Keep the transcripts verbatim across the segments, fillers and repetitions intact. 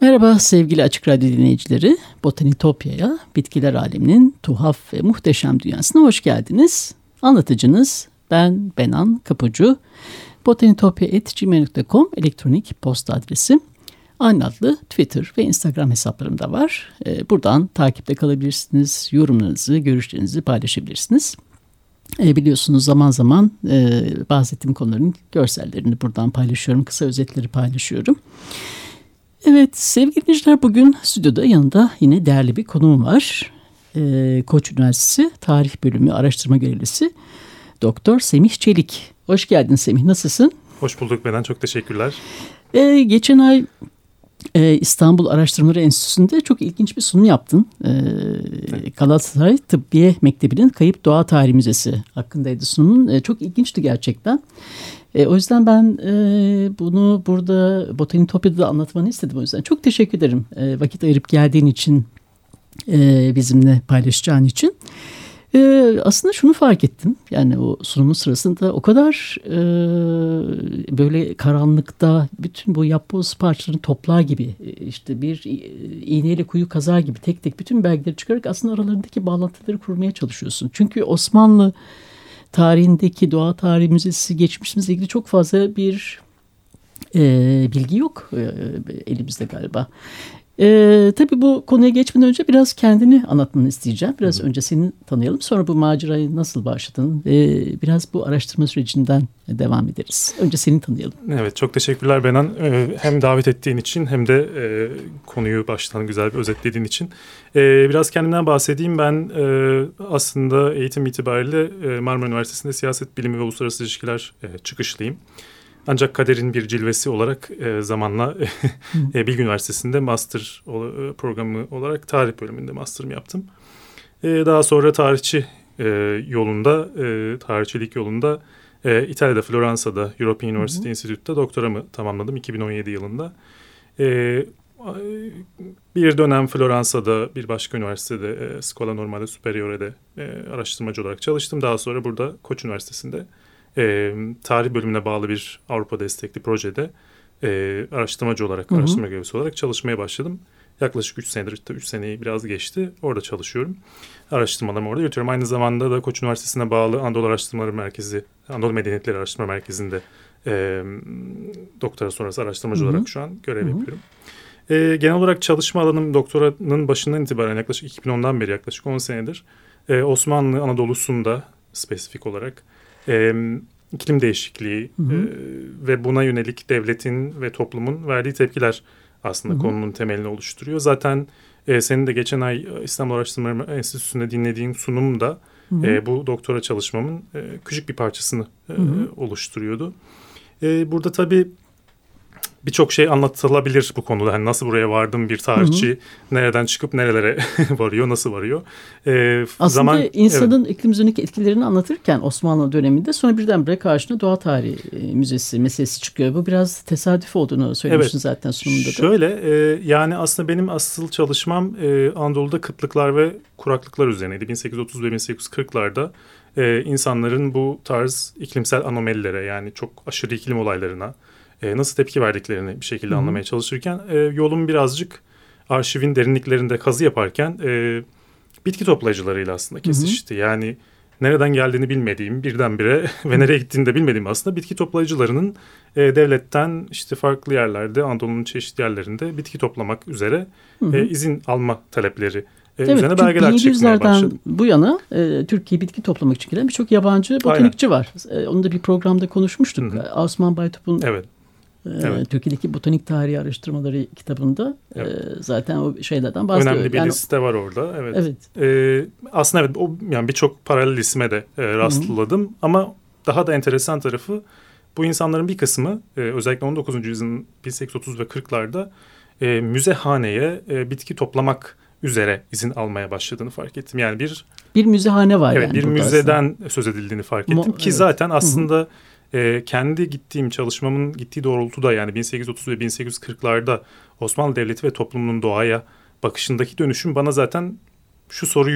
Merhaba sevgili Açık Radyo dinleyicileri. Botanitopya'ya, bitkiler aleminin tuhaf ve muhteşem dünyasına hoş geldiniz. Anlatıcınız ben Benan Kapucu. botanitopya at gmail nokta com elektronik posta adresi. Aynı adlı Twitter ve Instagram hesaplarım da var. Buradan takipte kalabilirsiniz. Yorumlarınızı, görüşlerinizi paylaşabilirsiniz. E, biliyorsunuz zaman zaman e, bahsettiğim konuların görsellerini buradan paylaşıyorum. Kısa özetleri paylaşıyorum. Evet sevgili dinleyiciler, bugün stüdyoda yanında yine değerli bir konuğum var. E, Koç Üniversitesi Tarih Bölümü Araştırma Görevlisi Doktor Semih Çelik. Hoş geldin Semih, nasılsın? Hoş bulduk Beden, çok teşekkürler. E, geçen ay e, İstanbul Araştırmaları Enstitüsü'nde çok ilginç bir sunum yaptın. E, evet. Galatasaray Tıbbiye Mektebi'nin Kayıp Doğa Tarihi Müzesi hakkındaydı sunumun. E, çok ilginçti gerçekten. E, o yüzden ben e, bunu burada Botanitopya'da da anlatmanı istedim o yüzden. Çok teşekkür ederim e, vakit ayırıp geldiğin için, e, bizimle paylaşacağın için. E, aslında şunu fark ettim. Yani o sunumun sırasında o kadar e, böyle karanlıkta bütün bu yapboz parçalarını toplar gibi, işte bir iğneyle kuyu kazar gibi tek tek bütün belgeleri çıkararak aslında aralarındaki bağlantıları kurmaya çalışıyorsun. Çünkü Osmanlı tarihindeki Doğa Tarihi Müzesi geçmişimizle ilgili çok fazla bir e, bilgi yok e, elimizde galiba. E, tabii bu konuya geçmeden önce biraz kendini anlatmanı isteyeceğim. Biraz Hı-hı. önce seni tanıyalım. Sonra bu macerayı nasıl başladın ve biraz bu araştırma sürecinden devam ederiz. Önce seni tanıyalım. Evet, çok teşekkürler Benan. Ee, hem davet ettiğin için hem de e, konuyu baştan güzel bir özetlediğin için. E, biraz kendimden bahsedeyim. Ben e, aslında eğitim itibariyle e, Marmara Üniversitesi'nde siyaset bilimi ve uluslararası ilişkiler e, çıkışlıyım. Ancak kaderin bir cilvesi olarak e, zamanla e, Bilgi Üniversitesi'nde master e, programı olarak tarih bölümünde master'ımı yaptım. E, daha sonra tarihçi e, yolunda, e, tarihçilik yolunda e, İtalya'da, Floransa'da, European University hı hı. Institute'da doktoramı tamamladım iki bin on yedi yılında. E, bir dönem Floransa'da, bir başka üniversitede, e, Scuola Normale Superiore'de e, araştırmacı olarak çalıştım. Daha sonra burada Koç Üniversitesi'nde E, tarih bölümüne bağlı bir Avrupa destekli projede e, araştırmacı olarak, hı hı. araştırma görevlisi olarak çalışmaya başladım. Yaklaşık üç senedir, üç seneyi biraz geçti. Orada çalışıyorum. Araştırmalarımı orada yürütüyorum. Aynı zamanda da Koç Üniversitesi'ne bağlı Anadolu Araştırmaları Merkezi, Anadolu Medeniyetleri Araştırma Merkezi'nde e, doktora sonrası araştırmacı hı hı. olarak şu an görev hı hı. yapıyorum. E, genel olarak çalışma alanım doktoranın başından itibaren yaklaşık iki bin ondan beri yaklaşık on senedir e, Osmanlı Anadolu'sunda spesifik olarak E, iklim değişikliği hı hı. E, ve buna yönelik devletin ve toplumun verdiği tepkiler aslında hı hı. konunun temelini oluşturuyor. Zaten e, senin de geçen ay İstanbul Araştırmaları Enstitüsü'nde dinlediğin sunum da hı hı. E, bu doktora çalışmamın e, küçük bir parçasını e, hı hı. oluşturuyordu. E, burada tabii birçok şey anlatılabilir bu konuda. Yani nasıl buraya vardım bir tarihçi, hı hı. nereden çıkıp nerelere varıyor, nasıl varıyor. Ee, Aslında zaman, insanın evet. iklim üzerindeki etkilerini anlatırken Osmanlı döneminde sonra birdenbire karşına Doğa Tarihi Müzesi meselesi çıkıyor. Bu biraz tesadüf olduğunu söylemiştin evet. zaten sunumda da. Şöyle e, yani aslında benim asıl çalışmam e, Anadolu'da kıtlıklar ve kuraklıklar üzerineydi. bin sekiz yüz otuz ve bin sekiz yüz kırklarda e, insanların bu tarz iklimsel anomalilere, yani çok aşırı iklim olaylarına E, nasıl tepki verdiklerini bir şekilde Hı-hı. anlamaya çalışırken e, yolum birazcık arşivin derinliklerinde kazı yaparken e, bitki toplayıcılarıyla aslında kesişti. Hı-hı. Yani nereden geldiğini bilmediğim, birdenbire ve nereye gittiğini de bilmediğim aslında bitki toplayıcılarının e, devletten işte farklı yerlerde, Anadolu'nun çeşitli yerlerinde bitki toplamak üzere e, izin alma talepleri e, evet, üzerine belgeler çıkmaya başladı. Bu yana e, Türkiye bitki toplamak için gelen birçok yabancı botanikçi Aynen. var. E, onu da bir programda konuşmuştuk. Hı-hı. Osman Baytop'un evet. Evet. Türkiye'deki botanik tarihi araştırmaları kitabında evet. e, zaten o şeylerden bahsediyor. Önemli bir yani, liste var orada. Evet. evet. E, aslında evet, o yani birçok paralel isme de e, rastladım. Hı-hı. Ama daha da enteresan tarafı bu insanların bir kısmı e, özellikle on dokuzuncu yüzyılın bin sekiz yüz otuz ve kırklarda e, müzehaneye e, bitki toplamak üzere izin almaya başladığını fark ettim. Yani bir bir müzehane var evet, yani. Bir müzeden aslında. söz edildiğini fark ettim Mo- ki evet. zaten aslında Hı-hı. E, kendi gittiğim çalışmamın gittiği doğrultuda, yani bin sekiz yüz otuz ve bin sekiz yüz kırklarda Osmanlı Devleti ve toplumunun doğaya bakışındaki dönüşüm bana zaten şu soruyu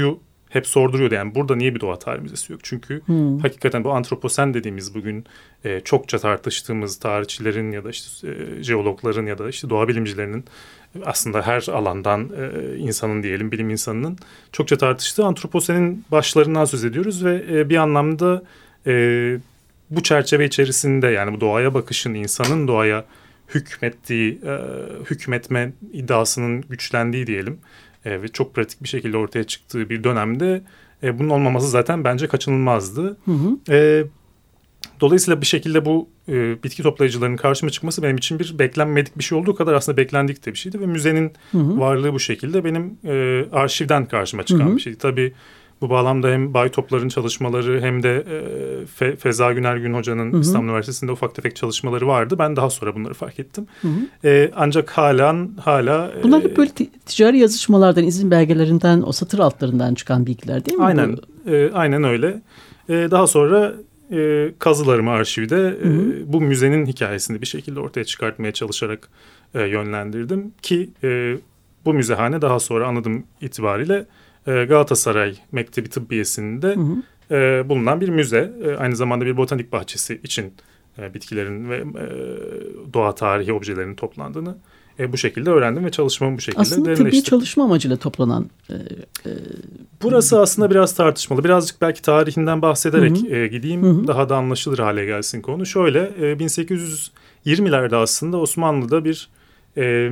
hep sorduruyordu. Yani burada niye bir doğa tarihi müzesi yok? Çünkü hmm. hakikaten bu antroposen dediğimiz bugün e, çokça tartıştığımız tarihçilerin ya da işte e, jeologların ya da işte doğa bilimcilerinin aslında her alandan e, insanın diyelim bilim insanının çokça tartıştığı antroposenin başlarından söz ediyoruz ve e, bir anlamda e, bu çerçeve içerisinde yani bu doğaya bakışın insanın doğaya hükmettiği, e, hükmetme iddiasının güçlendiği diyelim e, ve çok pratik bir şekilde ortaya çıktığı bir dönemde e, bunun olmaması zaten bence kaçınılmazdı. Hı hı. E, dolayısıyla bir şekilde bu e, bitki toplayıcılarının karşıma çıkması benim için bir beklenmedik bir şey olduğu kadar aslında beklendik de bir şeydi ve müzenin hı hı. varlığı bu şekilde benim e, arşivden karşıma çıkan hı hı. bir şeydi. Tabii bu bağlamda hem Bay Toplar'ın çalışmaları hem de e, Fe, Feza Güner Gün Hoca'nın hı hı. İstanbul Üniversitesi'nde ufak tefek çalışmaları vardı. Ben daha sonra bunları fark ettim. Hı hı. E, ancak hala... hala Bunlar hep böyle ticari yazışmalardan, izin belgelerinden, o satır altlarından çıkan bilgiler değil mi? Aynen, e, aynen öyle. E, daha sonra e, kazılarımı arşivde hı hı. E, bu müzenin hikayesini bir şekilde ortaya çıkartmaya çalışarak e, yönlendirdim. Ki e, bu müzehane daha sonra anladığım itibariyle Galatasaray Mektebi Tıbbiyesi'nde hı hı. E, bulunan bir müze. E, aynı zamanda bir botanik bahçesi için e, bitkilerin ve e, doğa tarihi objelerinin toplandığını e, bu şekilde öğrendim ve çalışmamı bu şekilde aslında derinleştirdim. Aslında tıbbi çalışma amacıyla toplanan... E, e, Burası aslında biraz tartışmalı. Birazcık belki tarihinden bahsederek hı hı. E, gideyim. Hı hı. Daha da anlaşılır hale gelsin konu. Şöyle e, bin sekiz yüz yirmilerde aslında Osmanlı'da bir... E,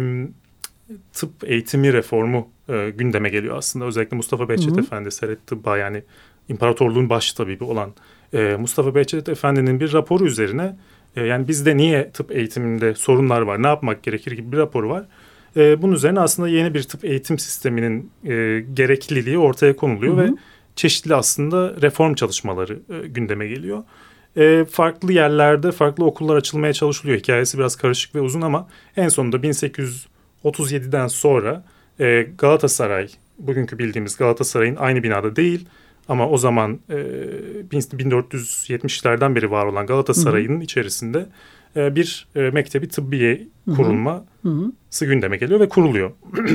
tıp eğitimi reformu e, gündeme geliyor aslında. Özellikle Mustafa Behçet Hı-hı. Efendi, Seret Tıbba yani imparatorluğun baş tabibi olan e, Mustafa Behçet Efendi'nin bir raporu üzerine e, yani bizde niye tıp eğitiminde sorunlar var, ne yapmak gerekir gibi bir raporu var. E, bunun üzerine aslında yeni bir tıp eğitim sisteminin e, gerekliliği ortaya konuluyor Hı-hı. ve çeşitli aslında reform çalışmaları e, gündeme geliyor. E, farklı yerlerde farklı okullar açılmaya çalışılıyor. Hikayesi biraz karışık ve uzun ama en sonunda bin sekiz yüz otuz yediden sonra e, Galatasaray, bugünkü bildiğimiz Galatasaray'ın aynı binada değil ama o zaman e, bin dört yüz yetmişlerden beri var olan Galatasaray'ın hı hı. içerisinde e, bir e, mektebi tıbbiye kurulması hı hı. gündeme geliyor ve kuruluyor.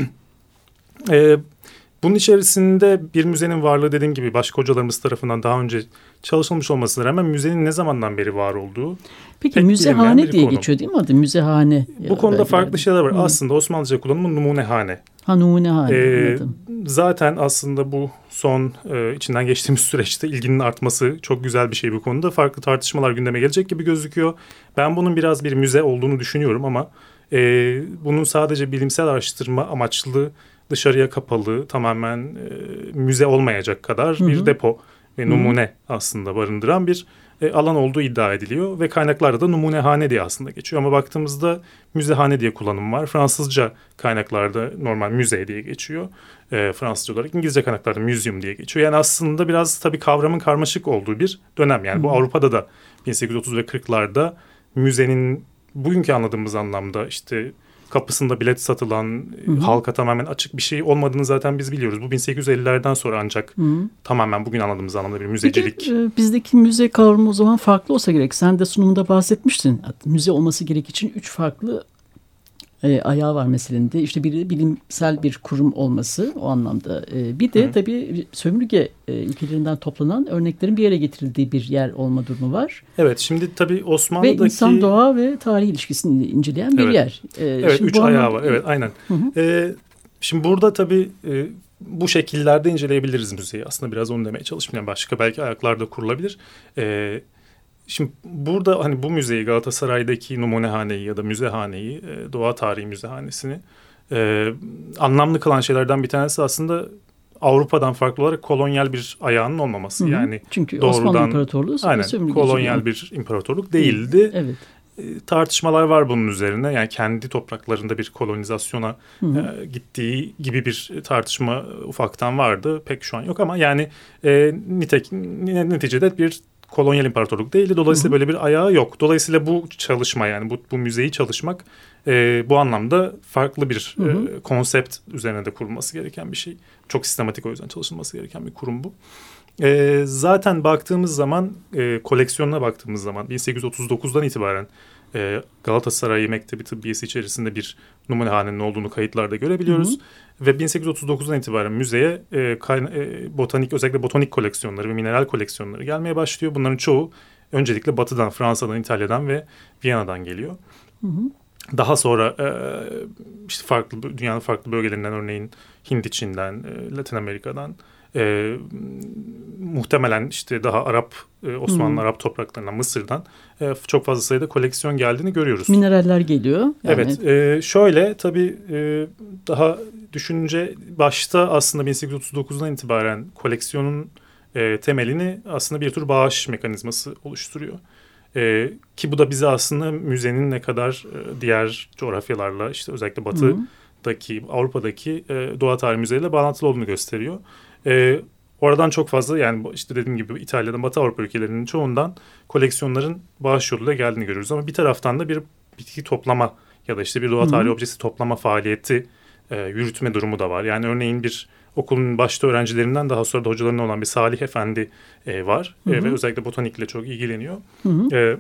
e, bunun içerisinde bir müzenin varlığı dediğim gibi başka hocalarımız tarafından daha önce çalışılmış olmasına rağmen müzenin ne zamandan beri var olduğu Peki müzehane diye konu. Geçiyor değil mi adı? Müzehane. Bu konuda farklı şeyler var. Hı. Aslında Osmanlıca kullanımı numunehane. Ha numunehane. Ee, zaten aslında bu son e, içinden geçtiğimiz süreçte ilginin artması çok güzel bir şey bu konuda. Farklı tartışmalar gündeme gelecek gibi gözüküyor. Ben bunun biraz bir müze olduğunu düşünüyorum ama e, bunun sadece bilimsel araştırma amaçlı dışarıya kapalı tamamen e, müze olmayacak kadar hı hı. bir depo ve numune hı hı. aslında barındıran bir e, alan olduğu iddia ediliyor ve kaynaklarda da numunehane diye aslında geçiyor ama baktığımızda müzehane diye kullanım var. Fransızca kaynaklarda normal müze diye geçiyor e, Fransızca olarak. İngilizce kaynaklarda museum diye geçiyor. Yani aslında biraz tabii kavramın karmaşık olduğu bir dönem. Yani hı hı. bu Avrupa'da da bin sekiz yüz otuz ve kırklarda müzenin bugünkü anladığımız anlamda işte kapısında bilet satılan, hı hı. halka tamamen açık bir şey olmadığını zaten biz biliyoruz. Bu bin sekiz yüz ellilerden sonra ancak hı hı. tamamen bugün anladığımız anlamda bir müzecilik. Peki e, bizdeki müze kavramı o zaman farklı olsa gerek. Sen de sunumunda bahsetmiştin. Müze olması gerek için üç farklı e, ayağı var meselenin de. İşte biri bilimsel bir kurum olması o anlamda. E, bir de hı. tabii sömürge e, ülkelerinden toplanan örneklerin bir yere getirildiği bir yer olma durumu var. Evet, şimdi tabii Osmanlı'daki... Ve insan, doğa ve tarih ilişkisini inceleyen bir evet. yer. E, evet, üç ayağı anlamda... var. Evet, aynen. Hı hı. E, şimdi burada tabii e, bu şekillerde inceleyebiliriz müzeyi. Aslında biraz onu demeye çalıştım. Yani başka belki ayaklarda kurulabilir. Evet. Şimdi burada hani bu müzeyi Galatasaray'daki numunehaneyi ya da müzehaneyi, e, doğa tarihi müzehanesini e, anlamlı kılan şeylerden bir tanesi aslında Avrupa'dan farklı olarak kolonyal bir ayağının olmaması. Hı hı. Yani çünkü doğrudan, Osmanlı İmparatorluğu aynen, kolonyal bir imparatorluk değildi. Evet. E, tartışmalar var bunun üzerine. Yani kendi topraklarında bir kolonizasyona hı hı. E, gittiği gibi bir tartışma ufaktan vardı. Pek şu an yok ama yani e, nitek, neticede bir kolonyal imparatorluk değildi. Dolayısıyla hı hı. böyle bir ayağı yok. Dolayısıyla bu çalışma yani bu, bu müzeyi çalışmak e, bu anlamda farklı bir hı hı. E, konsept üzerine de kurulması gereken bir şey. Çok sistematik o yüzden çalışılması gereken bir kurum bu. E, zaten baktığımız zaman e, koleksiyonuna baktığımız zaman bin sekiz yüz otuz dokuzdan itibaren e, Galatasaray Mektebi Tıbbiyesi içerisinde bir numunehanenin olduğunu kayıtlarda görebiliyoruz. Hı hı. Ve bin sekiz yüz otuz dokuzdan itibaren müzeye e, kayna, e, botanik, özellikle botanik koleksiyonları ve mineral koleksiyonları gelmeye başlıyor. Bunların çoğu öncelikle Batı'dan, Fransa'dan, İtalya'dan ve Viyana'dan geliyor. Hı hı. Daha sonra e, işte farklı dünyanın farklı bölgelerinden, örneğin Hint-Çin'den, e, Latin Amerika'dan, e, muhtemelen işte daha Arap, e, Osmanlı hmm. Arap topraklarından, Mısır'dan e, çok fazla sayıda koleksiyon geldiğini görüyoruz. Mineraller geliyor. Yani. Evet, e, şöyle tabii e, daha düşününce başta aslında bin sekiz yüz otuz dokuzdan itibaren koleksiyonun e, temelini aslında bir tür bağış mekanizması oluşturuyor. Ee, ki bu da bize aslında müzenin ne kadar e, diğer coğrafyalarla, işte özellikle Batı'daki, Hı-hı. Avrupa'daki e, doğa tarihi müzeleriyle bağlantılı olduğunu gösteriyor. E, oradan çok fazla, yani işte dediğim gibi İtalya'dan, Batı Avrupa ülkelerinin çoğundan koleksiyonların bağış yoluyla geldiğini görüyoruz. Ama bir taraftan da bir bitki toplama ya da işte bir doğa tarihi Hı-hı. objesi toplama faaliyeti e, yürütme durumu da var. Yani örneğin bir okulun başta öğrencilerinden daha sonra da hocalarından olan bir Salih Efendi e, var. E, ve özellikle botanikle çok ilgileniyor. E,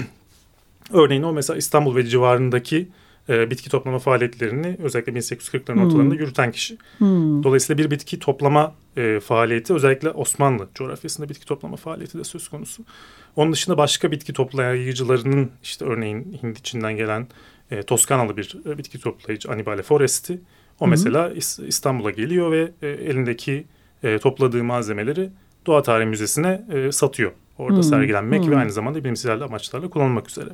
örneğin o mesela İstanbul ve civarındaki e, bitki toplama faaliyetlerini özellikle bin sekiz yüz kırkların ortalarında yürüten kişi. Hmm. Dolayısıyla bir bitki toplama e, faaliyeti, özellikle Osmanlı coğrafyasında bitki toplama faaliyeti de söz konusu. Onun dışında başka bitki toplayıcılarının, işte örneğin Hint-Çin'den gelen e, Toskanalı bir e, bitki toplayıcı Annibale Foresti. O Hı-hı. mesela İstanbul'a geliyor ve e, elindeki e, topladığı malzemeleri Doğa Tarihi Müzesi'ne e, satıyor. Orada Hı-hı. sergilenmek Hı-hı. ve aynı zamanda bilimsel amaçlarla kullanılmak üzere.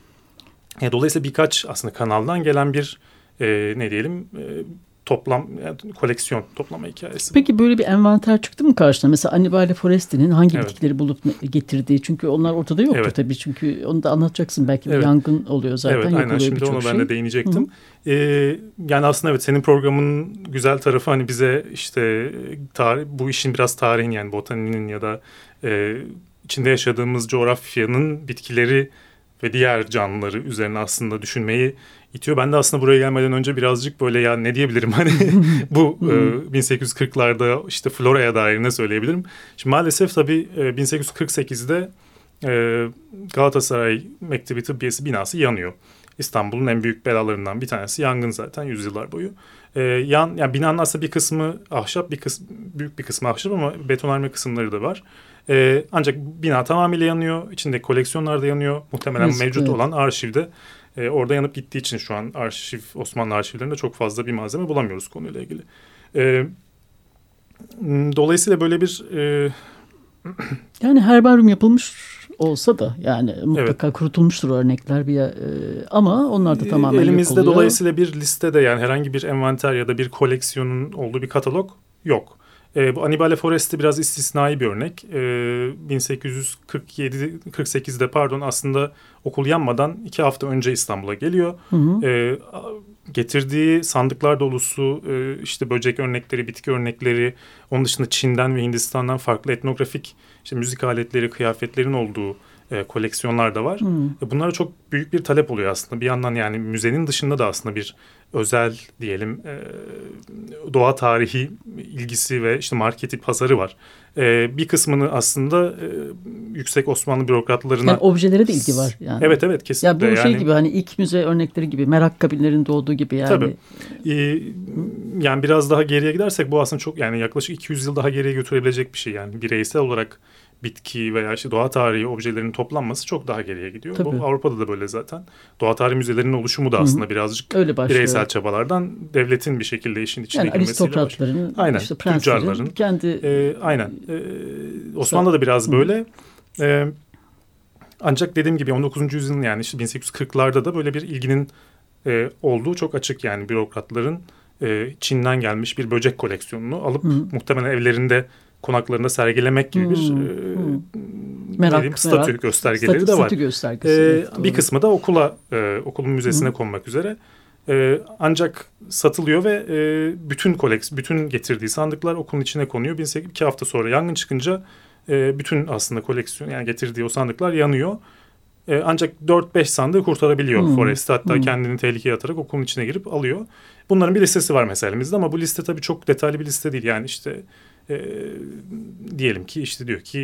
E, dolayısıyla birkaç aslında kanaldan gelen bir e, ne diyelim e, toplam, yani koleksiyon toplama hikayesi. Peki böyle bir envanter çıktı mı karşına? Mesela Annibale Foresti'nin hangi evet. bitkileri bulup getirdiği, çünkü onlar ortada yoktu evet. tabii, çünkü onu da anlatacaksın belki. Evet. Bir yangın oluyor zaten. Evet, aynen, şimdi ona şey. ben de değinecektim. Ee, yani aslında evet, senin programın güzel tarafı hani bize işte tarih, bu işin biraz tarihin, yani botaninin ya da e, içinde yaşadığımız coğrafyanın bitkileri ve diğer canlıları üzerine aslında düşünmeyi itiyor. Ben de aslında buraya gelmeden önce birazcık böyle, ya ne diyebilirim hani bu e, bin sekiz yüz kırklarda işte floraya dair ne söyleyebilirim? Şimdi maalesef tabii e, bin sekiz yüz kırk sekizde e, Galatasaray Mektebi Tıbbiyesi binası yanıyor. İstanbul'un en büyük belalarından bir tanesi yangın zaten yüzyıllar boyu. E, yan, yani binanın aslında bir kısmı ahşap, bir kısmı, büyük bir kısmı ahşap ama betonarme kısımları da var. E, ancak bina tamamıyla yanıyor. İçindeki koleksiyonlar da yanıyor. Muhtemelen evet, mevcut evet. olan arşivde e, orada yanıp gittiği için şu an arşiv, Osmanlı arşivlerinde çok fazla bir malzeme bulamıyoruz konuyla ilgili. E, dolayısıyla böyle bir... E, yani herbaryum yapılmış olsa da yani mutlaka evet. kurutulmuştur örnekler bir e, ama onlar da tamamen elimizde yok oluyor. Dolayısıyla bir listede, yani herhangi bir envanter ya da bir koleksiyonun olduğu bir katalog yok. E, bu Annibale Foresti biraz istisnai bir örnek. E, bin sekiz yüz kırk yedi kırk sekizde pardon aslında okul yanmadan iki hafta önce İstanbul'a geliyor. Hı hı. E, getirdiği sandıklar dolusu e, işte böcek örnekleri, bitki örnekleri, onun dışında Çin'den ve Hindistan'dan farklı etnografik işte müzik aletleri, kıyafetlerin olduğu e, koleksiyonlar da var. Hmm. E, bunlara çok büyük bir talep oluyor aslında. Bir yandan yani müzenin dışında da aslında bir özel diyelim e, doğa tarihi ilgisi ve işte marketi, pazarı var. E, bir kısmını aslında e, yüksek Osmanlı bürokratlarına... Yani objelere de ilgi var yani. Evet evet kesinlikle. Ya bu şey yani, gibi hani ilk müze örnekleri gibi, merak kabinlerinde olduğu gibi yani. Tabii. E, yani biraz daha geriye gidersek bu aslında çok, yani yaklaşık iki yüz yıl daha geriye götürebilecek bir şey. Yani bireysel olarak bitki veya işte doğa tarihi objelerinin toplanması çok daha geriye gidiyor. Tabii. Bu Avrupa'da da böyle zaten. Doğa tarihi müzelerinin oluşumu da aslında Hı-hı. birazcık öyle bireysel çabalardan, devletin bir şekilde işin içine yani girmesiyle var. Aristokratların, aynen, işte tüccarların kendi e, aynen. E, Osmanlı'da da biraz Hı-hı. böyle. E, ancak dediğim gibi on dokuzuncu yüzyılın, yani işte bin sekiz yüz kırklarda da böyle bir ilginin e, olduğu çok açık. Yani bürokratların e, Çin'den gelmiş bir böcek koleksiyonunu alıp Hı-hı. muhtemelen evlerinde, konaklarında sergilemek gibi bir hmm, hmm. E, merak, diyeyim, statü merak, göstergeleri statü, de var. Statü ee, evet, bir kısmı da okula, e, okulun müzesine hmm. konmak üzere. E, ancak satılıyor ve e, bütün koleks, bütün getirdiği sandıklar okulun içine konuyor. iki hafta sonra yangın çıkınca e, bütün aslında koleksiyon, yani getirdiği o sandıklar yanıyor. E, ancak dört beş sandığı kurtarabiliyor hmm. Forest. Hatta hmm. kendini tehlikeye atarak okulun içine girip alıyor. Bunların bir listesi var mesela elimizde ama bu liste tabii çok detaylı bir liste değil. Yani işte E, diyelim ki işte diyor ki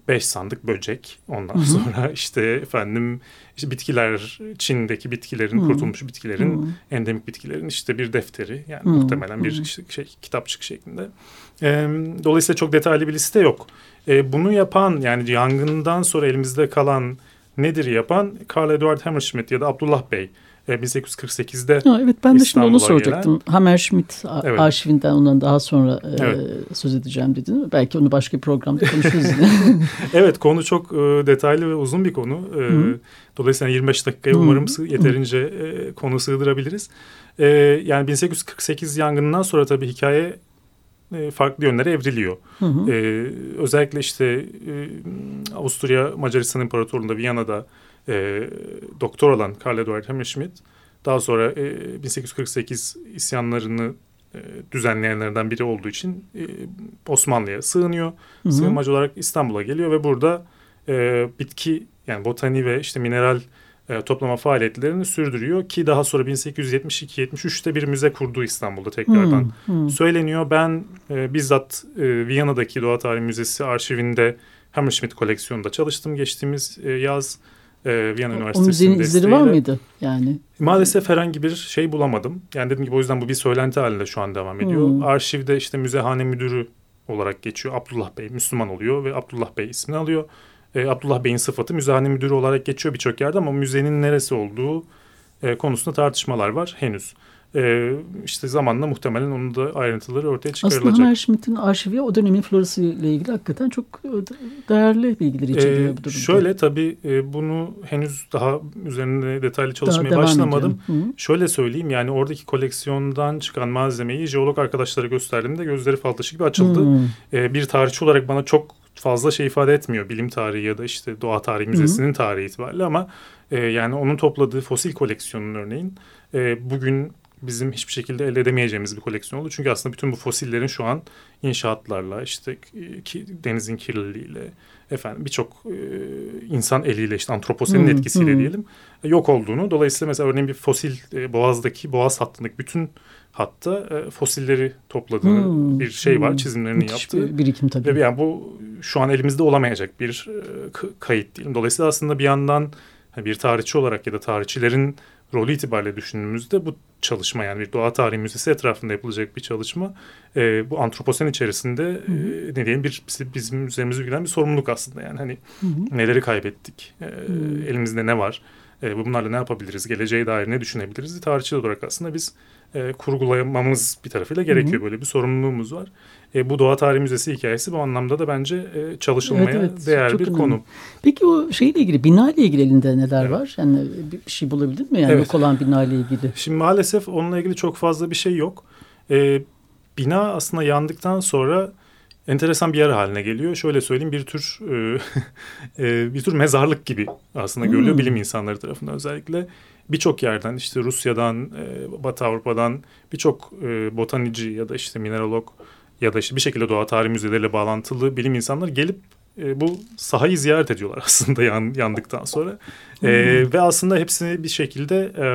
beş sandık böcek. Ondan Hı-hı. sonra işte efendim işte bitkiler, Çin'deki bitkilerin, Hı-hı. kurtulmuş bitkilerin, Hı-hı. endemik bitkilerin işte bir defteri. Yani Hı-hı. muhtemelen bir işte şey, kitapçık şeklinde. E, dolayısıyla çok detaylı bir liste yok. E, bunu yapan, yani yangından sonra elimizde kalan nedir yapan? Karl Eduard Hammerschmidt ya da Abdullah Bey. bin sekiz yüz kırk sekizde ha, evet, ben de şimdi onu soracaktım. Gelen, Hammerschmidt evet. arşivinden ondan daha sonra evet. e, söz edeceğim dedin. Belki onu başka bir programda konuşuruz yine. Evet, konu çok e, detaylı ve uzun bir konu. E, dolayısıyla yirmi beş dakikaya umarım Hı. yeterince e, konu sığdırabiliriz. E, yani bin sekiz yüz kırk sekiz yangından sonra tabii hikaye e, farklı yönlere evriliyor. Hı hı. E, özellikle işte e, Avusturya Macaristan İmparatorluğu'nda, Viyana'da e, doktor olan Karl Eduard Hammerschmidt daha sonra e, bin sekiz yüz kırk sekiz isyanlarını e, düzenleyenlerden biri olduğu için e, Osmanlı'ya sığınıyor. Hı hı. Sığınmacı olarak İstanbul'a geliyor ve burada e, bitki, yani botani ve işte mineral e, toplama faaliyetlerini sürdürüyor ki daha sonra bin sekiz yüz yetmiş iki yetmiş üçte bir müze kurduğu İstanbul'da tekrardan hmm, hmm. söyleniyor. Ben e, bizzat e, Viyana'daki Doğa Tarihi Müzesi arşivinde Hammerschmidt koleksiyonunda çalıştım geçtiğimiz e, yaz. E, Viyana Üniversitesi'nin o müzenin izleri var mıydı yani? Maalesef herhangi bir şey bulamadım. Yani dediğim gibi o yüzden bu bir söylenti halinde şu an devam ediyor. Hmm. Arşivde işte müzehane müdürü olarak geçiyor. Abdullah Bey Müslüman oluyor ve Abdullah Bey ismini alıyor. E, Abdullah Bey'in sıfatı müzehane müdürü olarak geçiyor birçok yerde ama müzenin neresi olduğu e, konusunda tartışmalar var henüz. E, işte zamanla muhtemelen onun da ayrıntıları ortaya çıkarılacak. Aslında Hammerschmidt'in arşivi o dönemin florası ile ilgili hakikaten çok değerli bilgiler içeriyor e, bu durumda. Şöyle tabii e, bunu henüz daha üzerinde detaylı çalışmaya başlamadım. Şöyle söyleyeyim, yani oradaki koleksiyondan çıkan malzemeyi jeolog arkadaşlara gösterdiğimde gözleri fal taşı gibi açıldı. E, bir tarihçi olarak bana çok fazla şey ifade etmiyor. Bilim tarihi ya da işte Doğa Tarihi Müzesi'nin Hı-hı. tarihi itibariyle ama e, yani onun topladığı fosil koleksiyonun örneğin e, bugün bizim hiçbir şekilde elde edemeyeceğimiz bir koleksiyon oldu. Çünkü aslında bütün bu fosillerin şu an inşaatlarla, işte ki, denizin kirliliğiyle, efendim birçok e, insan eliyle, işte antroposenin hmm, etkisiyle hmm. diyelim e, yok olduğunu. Dolayısıyla mesela örneğin bir fosil e, Boğaz'daki, Boğaz hattındaki bütün hatta e, fosilleri topladığı hmm, bir şey var, çizimlerini müthiş yaptığı. Bir birikim tabii. Ve yani bu şu an elimizde olamayacak bir e, k- kayıt diyelim. Dolayısıyla aslında bir yandan bir tarihçi olarak ya da tarihçilerin rolü itibariyle düşündüğümüzde bu çalışma, yani bir doğa tarihi müzesi etrafında yapılacak bir çalışma e, bu antroposen içerisinde e, ne diyelim bir bizim üzerimize yüklenen bir sorumluluk aslında, yani hani hı hı. neleri kaybettik, e, elimizde ne var, e, bunlarla ne yapabiliriz, geleceğe dair ne düşünebiliriz, tarihçi olarak aslında biz e, kurgulamamız bir tarafıyla gerekiyor, hı hı. böyle bir sorumluluğumuz var. E, bu Doğa Tarihi Müzesi hikayesi bu anlamda da bence e, çalışılmaya evet, evet, değer bir önemli. Konu. Peki o şeyle ilgili, bina ile ilgili elinde neler evet. var? Yani bir şey bulabildin mi? Yani evet. yok olan bina ile ilgili. Şimdi maalesef onunla ilgili çok fazla bir şey yok. E, bina aslında yandıktan sonra enteresan bir yer haline geliyor. Şöyle söyleyeyim, bir tür e, e, bir tür mezarlık gibi aslında hmm. görülüyor bilim insanları tarafından özellikle. Birçok yerden, işte Rusya'dan, e, Batı Avrupa'dan birçok e, botanici ya da işte mineralog ya da işte bir şekilde doğa tarihi müzeleriyle bağlantılı bilim insanları gelip e, bu sahayı ziyaret ediyorlar aslında yan, yandıktan sonra. Hmm. E, ve aslında hepsini bir şekilde e,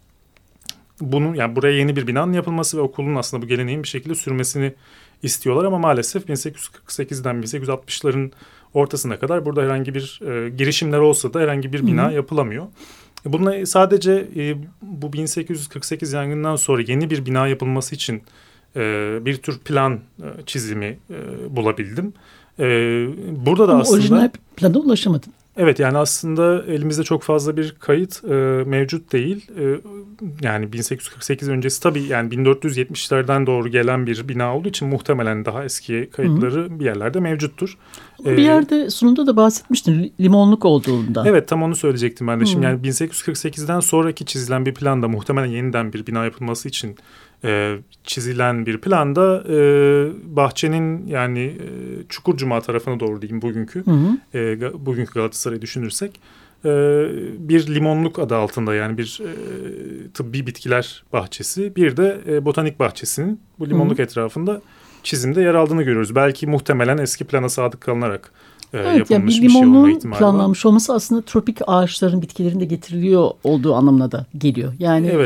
bunun, yani buraya yeni bir binanın yapılması ve okulun aslında bu geleneğin bir şekilde sürmesini istiyorlar ama maalesef bin sekiz yüz kırk sekizden bin sekiz yüz altmışların ortasına kadar burada herhangi bir e, girişimler olsa da herhangi bir bina hmm. yapılamıyor. Bununla sadece e, bu bin sekiz yüz kırk sekiz yangından sonra yeni bir bina yapılması için e, bir tür plan e, çizimi e, bulabildim. E, burada da Ama aslında orijinal plana ulaşamadın. Evet, yani aslında elimizde çok fazla bir kayıt e, mevcut değil. E, yani bin sekiz yüz kırk sekiz öncesi tabii, yani bin dört yüz yetmişlerden doğru gelen bir bina olduğu için muhtemelen daha eski kayıtları Hı-hı. bir yerlerde mevcuttur. Bir ee, yerde sunumda da bahsetmiştin limonluk olduğunda. Evet, tam onu söyleyecektim ben de. Şimdi yani bin sekiz yüz kırk sekizden sonraki çizilen bir planda muhtemelen yeniden bir bina yapılması için e, çizilen bir planda e, bahçenin, yani e, Çukurcuma tarafına doğru diyeyim bugünkü e, bugünkü Galatasaray'ı düşünürsek e, bir limonluk adı altında, yani bir e, tıbbi bitkiler bahçesi, bir de e, botanik bahçesinin bu limonluk Hı-hı. etrafında çizimde yer aldığını görüyoruz. Belki muhtemelen eski plana sadık kalınarak e, evet, yapılmış yani bir bir şey olma ihtimali var. Planlanmış olması aslında tropik ağaçların, bitkilerin de getiriliyor olduğu anlamına da geliyor. Yani evet.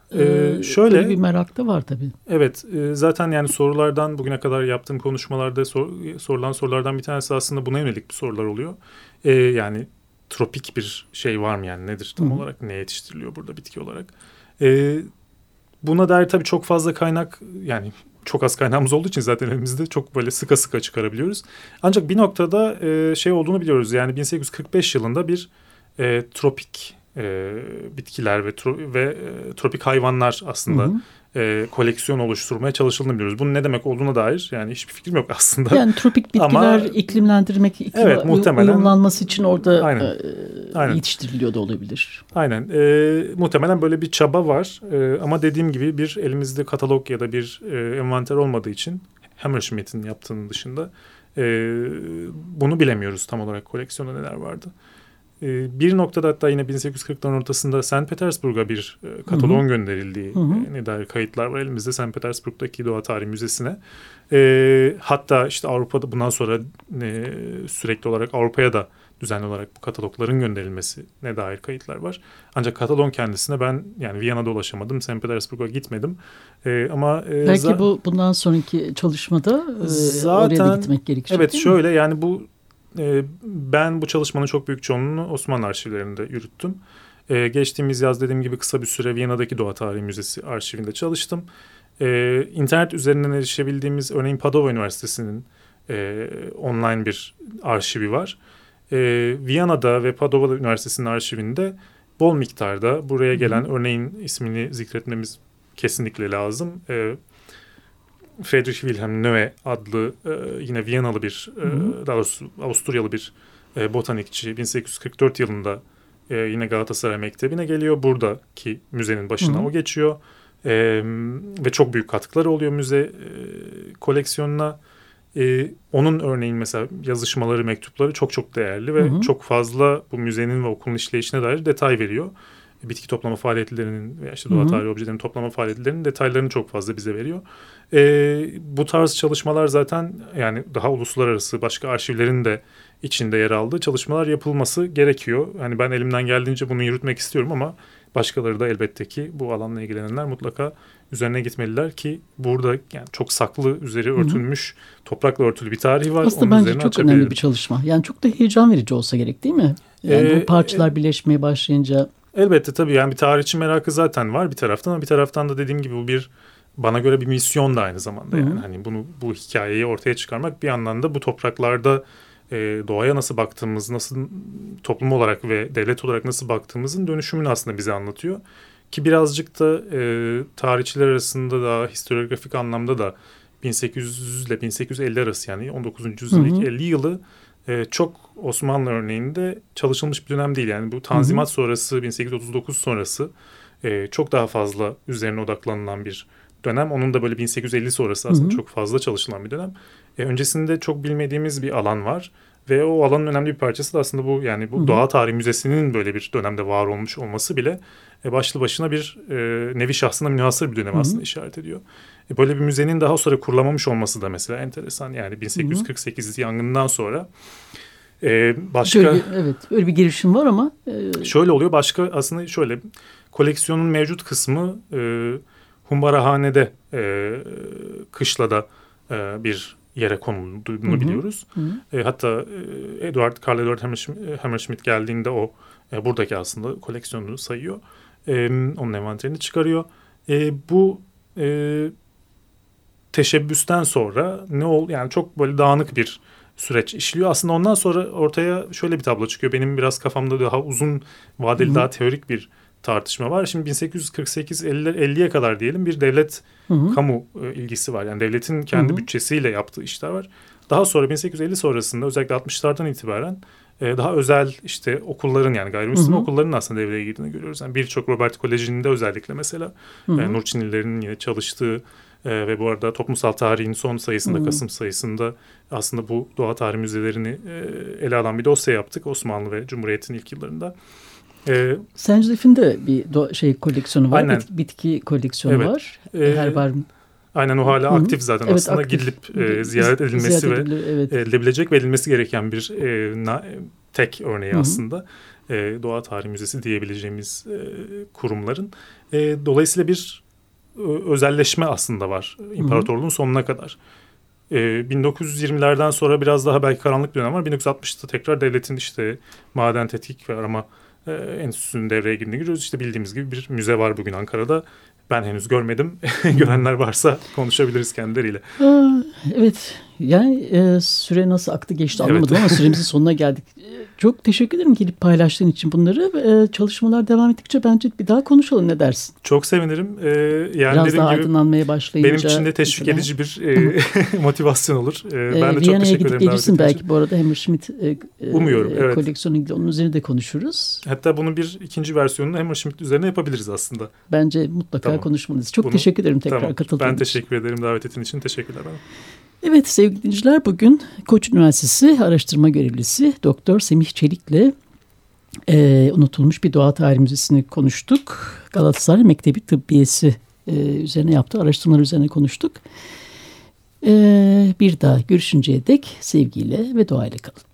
Ee, şöyle böyle bir merak da var tabii. Evet, e, zaten yani sorulardan bugüne kadar yaptığım konuşmalarda sor, sorulan sorulardan bir tanesi aslında buna yönelik bir sorular oluyor. E, yani tropik bir şey var mı, yani nedir tam Hı. olarak, ne yetiştiriliyor burada bitki olarak? E, buna dair tabii çok fazla kaynak, yani çok az kaynağımız olduğu için zaten elimizde çok böyle sıka sıka çıkarabiliyoruz. Ancak bir noktada e, şey olduğunu biliyoruz, yani bin sekiz yüz kırk beş yılında bir e, tropik e, bitkiler ve tro- ve e, tropik hayvanlar aslında hı hı. E, koleksiyon oluşturmaya çalışıldığını biliyoruz. Bunun ne demek olduğuna dair yani hiçbir fikrim yok aslında. Yani tropik bitkiler Ama, iklimlendirmek, iklim evet, muhtemelen, uyumlanması için orada aynen, e, aynen. yetiştiriliyor da olabilir. Aynen. E, muhtemelen böyle bir çaba var. E, ama dediğim gibi bir elimizde katalog ya da bir e, envanter olmadığı için Hammerschmidt'in yaptığının dışında e, bunu bilemiyoruz tam olarak, koleksiyonda neler vardı. Bir noktada hatta yine bin sekiz yüz kırkların ortasında Saint Petersburg'a bir e, kataloğun gönderildiği e, ne dair kayıtlar var elimizde, Saint Petersburg'daki Doğa Tarihi Müzesi'ne. E, hatta işte Avrupa'da bundan sonra e, sürekli olarak Avrupa'ya da düzenli olarak bu katalogların gönderilmesine dair kayıtlar var. Ancak katalog kendisine ben yani Viyana'da ulaşamadım, Saint Petersburg'a gitmedim. E, ama e, belki za- bu bundan sonraki çalışmada e, zaten, oraya da gitmek gerekecek. Evet, şöyle yani bu ben bu çalışmanın çok büyük çoğunluğunu Osmanlı arşivlerinde yürüttüm. Ee, geçtiğimiz yaz dediğim gibi kısa bir süre Viyana'daki Doğa Tarihi Müzesi arşivinde çalıştım. Ee, internet üzerinden erişebildiğimiz, örneğin Padova Üniversitesi'nin e, online bir arşivi var. Ee, Viyana'da ve Padova Üniversitesi'nin arşivinde bol miktarda buraya gelen, Hı-hı. örneğin ismini zikretmemiz kesinlikle lazım. Ee, Friedrich Wilhelm Noe adlı e, yine Viyanalı bir, e, daha doğrusu Avusturyalı bir e, botanikçi bin sekiz yüz kırk dört yılında e, yine Galatasaray Mektebi'ne geliyor. Buradaki müzenin başına Hı-hı. o geçiyor. E, ve çok büyük katkıları oluyor müze e, koleksiyonuna. E, onun örneğin mesela yazışmaları, mektupları çok çok değerli ve Hı-hı. çok fazla bu müzenin ve okulun işleyişine dair detay veriyor. Bitki toplama faaliyetlerinin veya işte doğa tarihi objelerinin toplama faaliyetlerinin detaylarını çok fazla bize veriyor. Ee, bu tarz çalışmalar zaten yani daha uluslararası başka arşivlerin de içinde yer aldığı çalışmalar yapılması gerekiyor. Yani ben elimden geldiğince bunu yürütmek istiyorum ama başkaları da elbette ki bu alanla ilgilenenler mutlaka üzerine gitmeliler ki burada yani çok saklı, üzeri örtülmüş, Hı-hı. toprakla örtülü bir tarihi var. Aslında Onun bence çok önemli bir çalışma. Yani çok da heyecan verici olsa gerek değil mi? Yani ee, bu parçalar e, birleşmeye başlayınca... Elbette tabii yani bir tarihçi merakı zaten var bir taraftan ama bir taraftan da dediğim gibi bu bir, bana göre bir misyon da aynı zamanda. Hı-hı. Yani hani bunu, bu hikayeyi ortaya çıkarmak, bir yandan da bu topraklarda e, doğaya nasıl baktığımız, nasıl toplum olarak ve devlet olarak nasıl baktığımızın dönüşümünü aslında bize anlatıyor. Ki birazcık da e, tarihçiler arasında da historiografik anlamda da bin sekiz yüz ile bin sekiz yüz elli arası, yani on dokuzuncu yüzyılın ilk elli yılı Ee, çok Osmanlı örneğinde çalışılmış bir dönem değil. Yani bu Tanzimat hı hı. sonrası, bin sekiz yüz otuz dokuz sonrası e, çok daha fazla üzerine odaklanılan bir dönem. Onun da böyle bin sekiz yüz elli sonrası aslında hı hı. çok fazla çalışılan bir dönem. E, öncesinde çok bilmediğimiz bir alan var. Ve o alanın önemli bir parçası da aslında bu, yani bu hı hı. Doğa Tarihi Müzesi'nin böyle bir dönemde var olmuş olması bile e, başlı başına bir e, nevi şahsına münhasır bir dönem hı hı. aslında işaret ediyor. E, böyle bir müzenin daha sonra kurulamamış olması da mesela enteresan. Yani bin sekiz yüz kırk sekiz hı hı. yangından sonra e, başka... Şöyle, evet, öyle bir girişim var ama... E... Şöyle oluyor, başka aslında şöyle, koleksiyonun mevcut kısmı e, Humbarahane'de, e, kışlada e, bir yere konulduğunu hı hı. biliyoruz. Hı hı. E, hatta e, Eduard, Karl Eduard Hammerschmidt geldiğinde o e, buradaki aslında koleksiyonunu sayıyor. E, onun envanterini çıkarıyor. E, bu e, teşebbüsten sonra ne ol yani çok böyle dağınık bir süreç işliyor. Aslında ondan sonra ortaya şöyle bir tablo çıkıyor. Benim biraz kafamda daha uzun vadeli, hı hı. daha teorik bir tartışma var. Şimdi bin sekiz yüz kırk sekiz elliye kadar diyelim bir devlet hı hı. kamu e, ilgisi var. Yani devletin kendi hı hı. bütçesiyle yaptığı işler var. Daha sonra bin sekiz yüz elli sonrasında özellikle altmışlardan itibaren e, daha özel işte okulların, yani gayrimüslim hı hı. okulların aslında devreye girdiğini görüyoruz. Yani birçok Robert Koleji'nde özellikle mesela hı hı. E, Nur Çinlilerin yine çalıştığı e, ve bu arada toplumsal tarihin son sayısında, hı hı. Kasım sayısında aslında bu doğa tarihi müzelerini e, ele alan bir dosya yaptık Osmanlı ve Cumhuriyet'in ilk yıllarında. Ee, Saint-Joseph'in de bir do- şey koleksiyonu var, Bit- bitki koleksiyonu evet. var. Ee, Herbar. Aynen, o hala Hı-hı. aktif zaten evet, aslında aktif. Gidilip e, ziyaret edilmesi ziyaret edilir, ve evet. edilebilecek ve edilmesi gereken bir e, na, tek örneği Hı-hı. aslında. e, Doğa Tarihi Müzesi diyebileceğimiz e, kurumların. E, dolayısıyla bir e, özelleşme aslında var imparatorluğun Hı-hı. sonuna kadar. E, bin dokuz yüz yirmilerden sonra biraz daha belki karanlık bir dönem var. bin dokuz yüz altmışta tekrar devletin işte maden tetkik ve arama e, enstitüsünün devreye girdiğini görüyoruz. İşte bildiğimiz gibi bir müze var bugün Ankara'da. Ben henüz görmedim. Görenler varsa konuşabiliriz kendileriyle. Aa, evet. Yani e, süre nasıl aktı geçti anlamadım evet. ama süremizin sonuna geldik. Çok teşekkür ederim gelip paylaştığın için bunları. E, çalışmalar devam ettikçe bence bir daha konuşalım, ne dersin? Çok sevinirim. E, yani Biraz daha gibi, aydınlanmaya başlayınca. Benim için de teşvik mesela edici bir e, motivasyon olur. E, ben de e, çok teşekkür gidip ederim. Gelirsin belki bu arada Hammerschmidt e, Umuyorum, evet. koleksiyonuyla onun üzerine de konuşuruz. Hatta bunun bir ikinci versiyonunu Hammerschmidt üzerine yapabiliriz aslında. Bence mutlaka tamam. konuşmalıyız. Çok Bunu, teşekkür ederim tekrar tamam. katıldığın için. Ben teşekkür ederim davet ettiğin için. Teşekkürler bana. Evet sevgili dinleyiciler, bugün Koç Üniversitesi araştırma görevlisi Doktor Semih Çelik'le e, unutulmuş bir doğa tarihi müzesini konuştuk. Galatasaray Mektebi Tıbbiyesi e, üzerine yaptığı araştırmalar üzerine konuştuk. E, bir daha görüşünceye dek sevgiyle ve doğayla kalın.